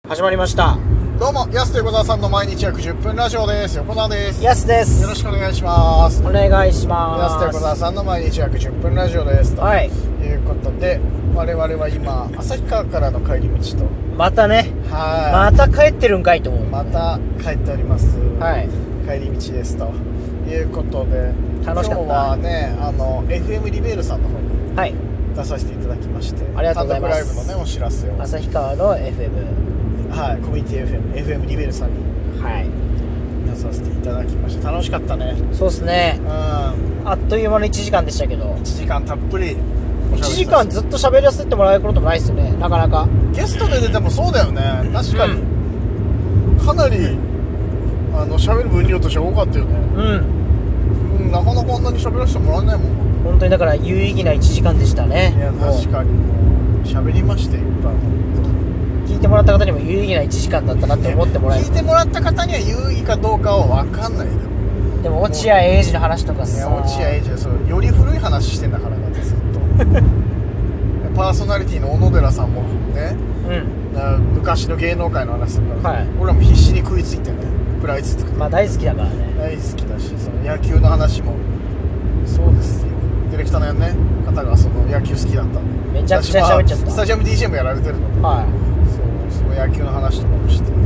始まりました。 どうも、やすと横澤さんの毎日約10分ラジオです。横澤です。 やすです。 よろしくお願いします。 お願いします。 やすと横澤さんの毎日約10分ラジオです。 はい。 ということで、我々は今、旭川からの帰り道と。 またね。 はい。 また帰ってるんかいと思う。 また帰っております。 はい。 帰り道ですと。いうことで、 楽しかった。 今日はね、FM リベールさんの方に。 はい。 出させていただきまして。 ありがとうございます。 単独ライブのね、お知らせを。 旭川の FM。 はい、コミュニティ FM リベールさんに出させていただきました。楽しかったね。 そうですね。あっという間の1時間でしたけど、 1時間たっぷり 1時間ずっと喋らせてもらえることもないですよね、なかなか。 ゲストで出てもそうだよね。確かに、かなり喋る分量として多かったよね。なかなかあんなに喋らせてもらえないもん。 本当にだから有意義な1時間でしたね。 いや確かにもう喋りましていっぱい。 聞いてもらった方にも有意義な1時間だったなって思ってもらえる。 聞いてもらった方には有意義かどうかは分かんない。 でも落合英二の話とかさ、 落合英二はそうより古い話してんだからだってずっとパーソナリティの小野寺さんもね、昔の芸能界の話するから、はい、俺らも必死に食いついてね、食らいついてくる。 まあ大好きだからね。 大好きだし、その野球の話もそうですよ。ディレクターのね方がその野球好きだったんで、 めちゃくちゃ喋っちゃった。 スタジアム DJ もやられてるので、はい、その野球の話とかもして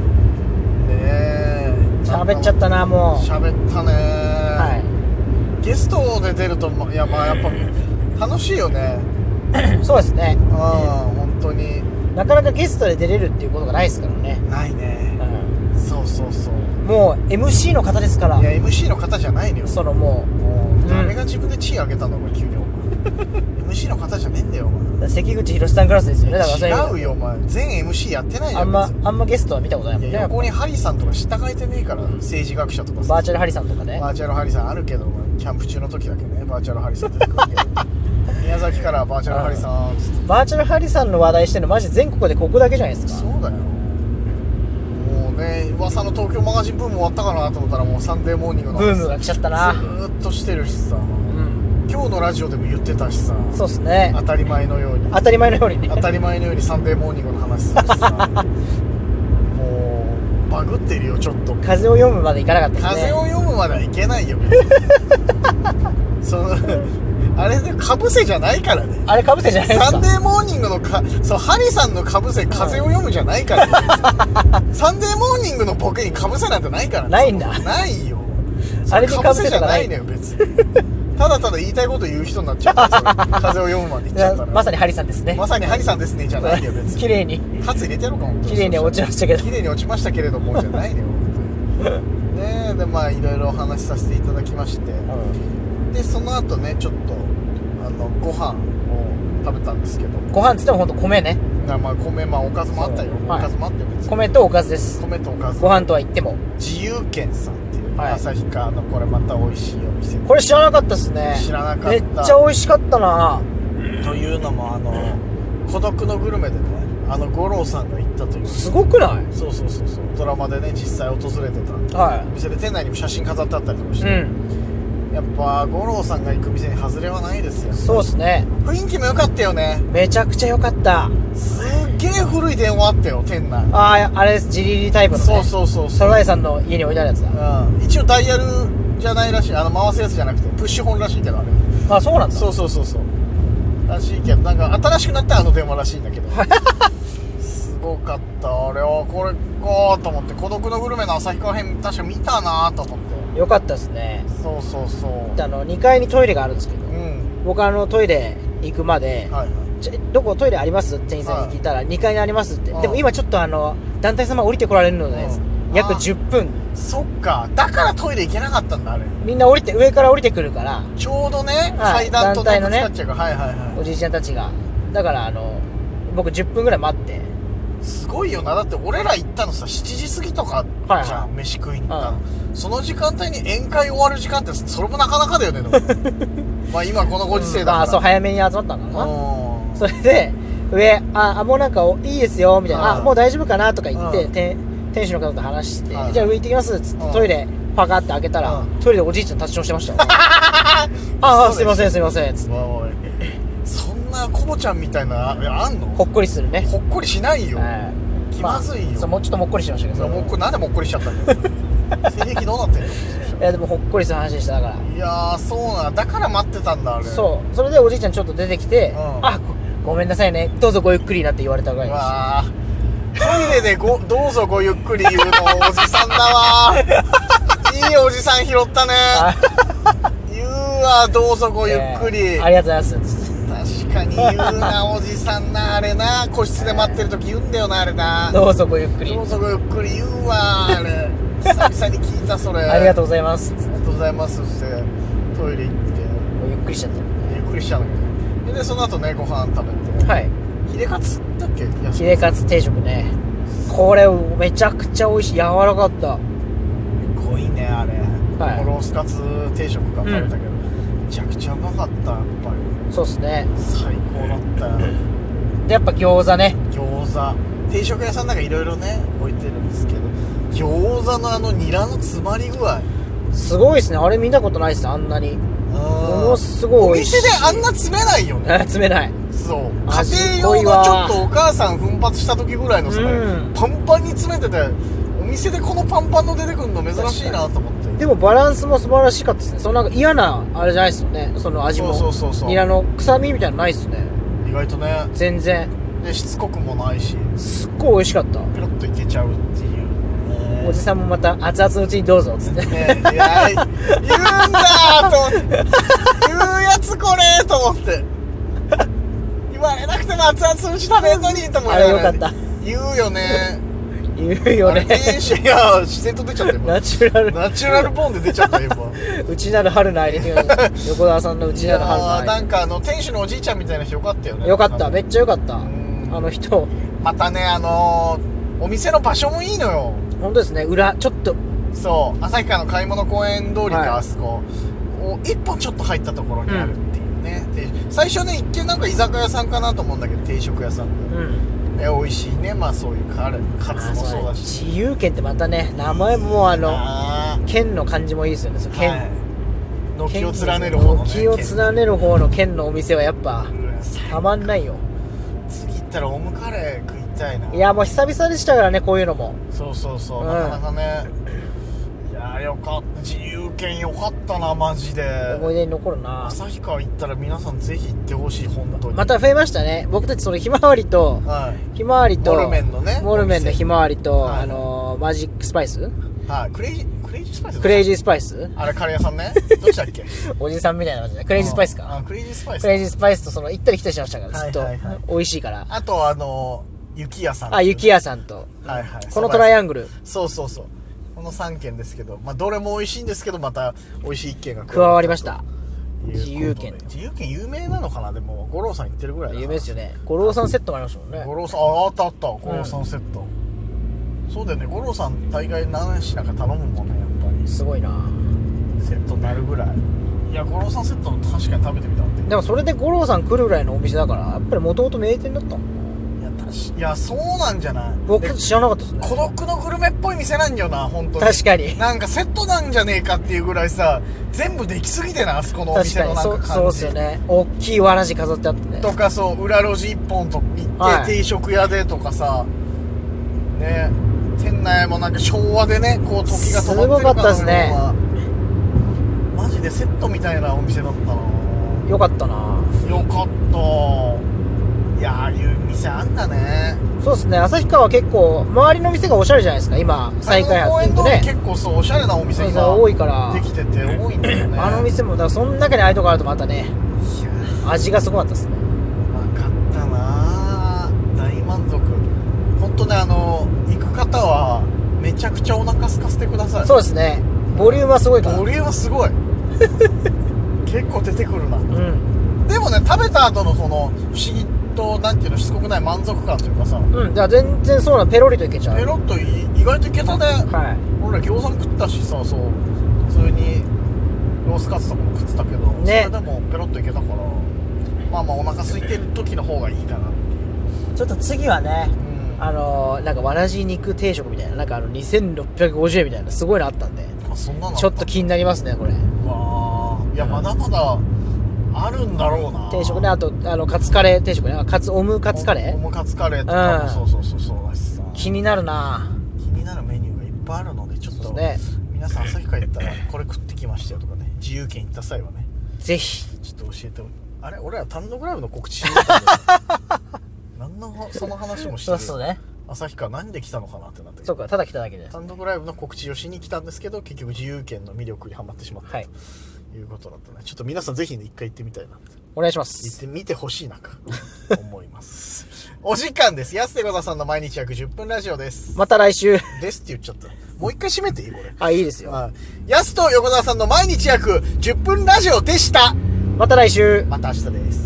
喋っちゃったな。もう喋ったね。はい。ゲストで出るといやまあやっぱ楽しいよね。 そうですね。 本当になかなかゲストで出れるっていうことがないですからね。 ないね。そうそうそう。 もう MC の方ですから。 いや MC の方じゃないのよ。 そのもう誰が自分で地位上げたのお前急にお前MC の方じゃねえんだよお前。 関口宏さんクラスですよね。だから違うよお前。全 MC やってないよ。あんまゲストは見たことないもんね。 横にハリさんとか下書いてねえから、政治学者とかバーチャルハリさんとかね。 バーチャルハリさんあるけどキャンプ中の時だけねバーチャルハリさん出てくるけど宮崎からバーチャルハリさんバーチャルハリさんの話題してるのマジ全国でここだけじゃないですか。 そうだよ。もうね噂の東京マガジンブーム終わったかなと思ったらもうサンデーモーニングのブームが来ちゃったな。 ずーっとしてるしさ、今日のラジオでも言ってたしさ。 そうっすね。 当たり前のように当たり前のようにね。 当たり前のようにサンデーモーニングの話するしさもうバグってるよちょっと。 風を読むまでいかなかったですね。 風を読むまではいけないよそのあれでかぶせじゃないからね。 あれかぶせじゃないですか。 サンデーモーニングのそうハリさんのかぶせ風を読むじゃないから、ねサンデーモーニングのボケにかぶせなんてないからね。 ないんだ。 ないよ。 あれにかぶせじゃないのよ別にただただ言いたいこと言う人になっちゃうから風を読むまで言っちゃったらまさにハリさんですね。 まさにハリさんですねじゃないよ別に。 綺麗にカツ入れてやろうかも。 綺麗に落ちましたけど。 綺麗に落ちましたけれどもじゃないのよね。でまあいろいろお話しさせていただきまして、でその後ねちょっとご飯を食べたんですけど。 ご飯っつってもほんと米ね。 まあ米おかずもあったよ。おかずもあったよ別に。 米とおかずです。 米とおかず。 ご飯とは言っても自由軒さんっていう旭川のこれまた美味しいお店。 これ知らなかったっすね。 知らなかった。 めっちゃ美味しかったな。 というのも孤独のグルメでね五郎さんが行ったという。 すごくない？ そうドラマでね実際訪れてたお店で店内にも写真飾ってあったりとかして、やっぱ五郎さんが行く店に外れはないですよ。 そうっすね。 雰囲気も良かったよね。 めちゃくちゃ良かった。 すっげえ古い電話あったよ店内。 あれですジリリタイプのね。 そうサザエさんの家に置いてあるやつだ。 一応ダイヤルじゃないらしい。回すやつじゃなくてプッシュ本らしいけどあれ。 あ、そうなんだ。 そうらしいけどなんか新しくなった電話らしいんだけどすごかったあれは。これかと思って孤独のグルメの旭川編確か見たなと思って。 よかったですね。 そう 2階にトイレがあるんですけど、僕トイレ行くまで、どこトイレありますって店員さんに聞いたら2階にありますって。でも今ちょっと団体様降りてこられるので、約10分。 そっかだからトイレ行けなかったんだあれ。 みんな上から降りてくるからちょうどね、階段とねぶつかっちゃうからおじいちゃんたちが。だから僕10分ぐらい待って。 すごいよな。だって俺ら行ったのさ7時過ぎとかじゃん、飯食いに行ったの、その時間帯に宴会終わる時間ってそれもなかなかだよねまあ今このご時世だから、 そう早めに集まったんだな。それで上もうなんかいいですよみたいな、もう大丈夫かなとか言って、店主の方と話して、じゃあ上行ってきますっつってトイレパカって開けたら、トイレでおじいちゃん立ちションしてましたよすいませんつってそんなコボちゃんみたいなあんの？ ほっこりするね。 ほっこりしないよ、 気まずいよ、 そうもうちょっともっこりしてましたけど、 もうこれなんでもっこりしちゃったんだよ性癖どうなってんのいやでもほっこりした話でした。だからいやーそうなんだから待ってたんだあれ。 そうそれでおじいちゃんちょっと出てきて、 あごめんなさいね、どうぞごゆっくりなって言われたぐらいです。 わートイレでどうぞごゆっくり言うのおじさんだわいいおじさん拾ったね言うわどうぞごゆっくり、 ありがとうございます。 確かに言うなおじさんなあれな個室で待ってる時言うんだよなあれなどうぞごゆっくりどうぞごゆっくり言うわあれ久々に聞いたそれありがとうございますありがとうございますってトイレ行ってゆっくりしちゃったゆっくりしちゃうんだけどでその後ねご飯食べてはいヒレカツだっけヒレカツ定食ね、これめちゃくちゃ美味しい、柔らかかった。 すごいねあれ、 はい、 ロースカツ定食か食べたけど、めちゃくちゃうまかったやっぱり。 そうっすね、 最高だったよでやっぱ餃子ね、 餃子定食屋さんなんかいろいろね置いてるんですけど、餃子のあのニラの詰まり具合すごいですね。あれ見たことないっす、あんなにものすごい美味しい。 お店であんな詰めないよね詰めない。 そう家庭用のちょっとお母さん奮発した時ぐらいのそれ、パンパンに詰めてて、お店でこのパンパンの出てくるの珍しいなと思って。 でもバランスも素晴らしかったですね。そのなんか嫌なあれじゃないですよね、その味も。 そうニラの臭みみたいなのないっすね、 意外とね。 全然でしつこくもないしすっごい美味しかった。 ペロッといけちゃうっていう、 おじさんもまた熱々のうちにどうぞっつって、 ね、いや言うんだと思って言うやつこれと思って言われなくても熱々のうち食べんのにと思って、 あれよかった。 言うよね言うよね。 いや自然と出ちゃったよナチュラルナチュラルボーンで出ちゃったよ今内なる春の愛に横田さんの内なる春の愛。 なんか店主のおじいちゃんみたいな人よかったよね。 よかった、めっちゃよかった。あの人またねお店の場所もいいのよ。 本当ですね、裏ちょっとそう旭川の買い物公園通りか、あそこ一本ちょっと入ったところにあるっていうね、で最初ね一見なんか居酒屋さんかなと思うんだけど定食屋さんで、美味しいね。まあそういうカツもそうだし、 自由軒ってまたね名前も県の感じもいいですよね。県、はい、 軒を連ねる方のね、 軒を連ねる方の県のお店はやっぱたまんないよ。 次行ったらオムカレー食いたいな。 いやもう久々でしたからね、こういうのも。 そう、なかなかね。いやよかった、自由軒よかったなマジで。 思い出に残るな。 旭川行ったら皆さんぜひ行ってほしい。本当にまた増えましたね。僕たちそのひまわりと、ひまわりとモルメンのね、 モルメンのひまわりと、マジックスパイス、 クレイジースパイス、 クレイジースパイス、 あれカレー屋さんねどっちだっけおじさんみたいな感じでクレイジースパイスか。 クレイジースパイス、 クレイジースパイスとその行ったり来たりしましたからずっと、美味しいから。 あと雪屋さん、 雪屋さんと、このトライアングル、 そうこの3軒ですけど、まあどれも美味しいんですけど、また美味しい1軒が加わりました。自由軒有名なのかな。でも五郎さん行ってるぐらいだ。 有名ですよね。五郎さんセットもありましたもんね。 五郎さんあった五郎さんセット、そうだよね。五郎さん大概何品か頼むもんね、やっぱり。 すごいな、 セットになるぐらい。いや五郎さんセット確かに食べてみたって。 でもそれで五郎さん来るぐらいのお店だから、やっぱりもともと名店だったもん。 いやそうなんじゃない。 僕知らなかったですね。 孤独のグルメっぽい店なんよな、本当に。 確かになんかセットなんじゃねえかっていうぐらいさ、全部できすぎてな、あそこのお店のなんか感じ。 そうっすよね。大きいわらじ飾ってあってね。 とか裏路地一本と行って、定食屋でとかさね、店内もなんか昭和でね、こう時が止まってるかのような。すごかったですね。マジでセットみたいなお店だったな。 よかったな。 よかった。いやああいう店あんだね。 そうですね。旭川は結構周りの店がおしゃれじゃないですか。今再開発ってね、 結構そうおしゃれなお店が多いからできてて多いんだよね。 あの店もだからその中にああいうとこあるとまたね、味がすごかったですね。 分かったな、大満足。本当ね、行く方はめちゃくちゃお腹空かせてください。 そうですね。ボリュームはすごいから。 ボリュームはすごい結構出てくるな。でもね、食べた後のその不思議となんていうの、しつこくない満足感というかさ、 じゃあ全然そうな、ペロリといけちゃう。 ペロッと意外といけたね。俺ら餃子も食ったしさ、そう普通にロースカツとかも食ってたけど、それでもペロッといけたから、まあお腹空いてる時の方がいいかな。 ちょっと次はね、なんかわらじ肉定食みたいな、なんか2650円みたいなすごいのあったんで、 そんなのちょっと気になりますねこれ。 わー、いやまだまだあるんだろうな。 定食ね。あとカツカレー定食ね。オムカツカレー、 オムカツカレーとかもそうだしさ、 気になるな。 気になるメニューがいっぱいあるので、ちょっと、 ね、 皆さん旭川行ったらこれ食ってきましたよとかね、自由軒行った際はね、 ぜひちょっと教えて。あれ、俺ら単独ライブの告知しようかな。何のその話もしてる。 そうね。 旭川何で来たのかなってなって。 そうか、ただ来ただけです。 単独ライブの告知をしに来たんですけど、結局自由軒の魅力にはまってしまった、 はい、 ということだったね。ちょっと皆さんぜひね、一回行ってみたいなって。 お願いします。 行ってみてほしいなか思います。お時間です。安手小沢さんの毎日約10分ラジオです。 また来週ですって言っちゃった。もう一回締めていいこれ。 あ、いいですよ。 安と横澤さんの毎日約10分ラジオでした。 また来週。 また明日です。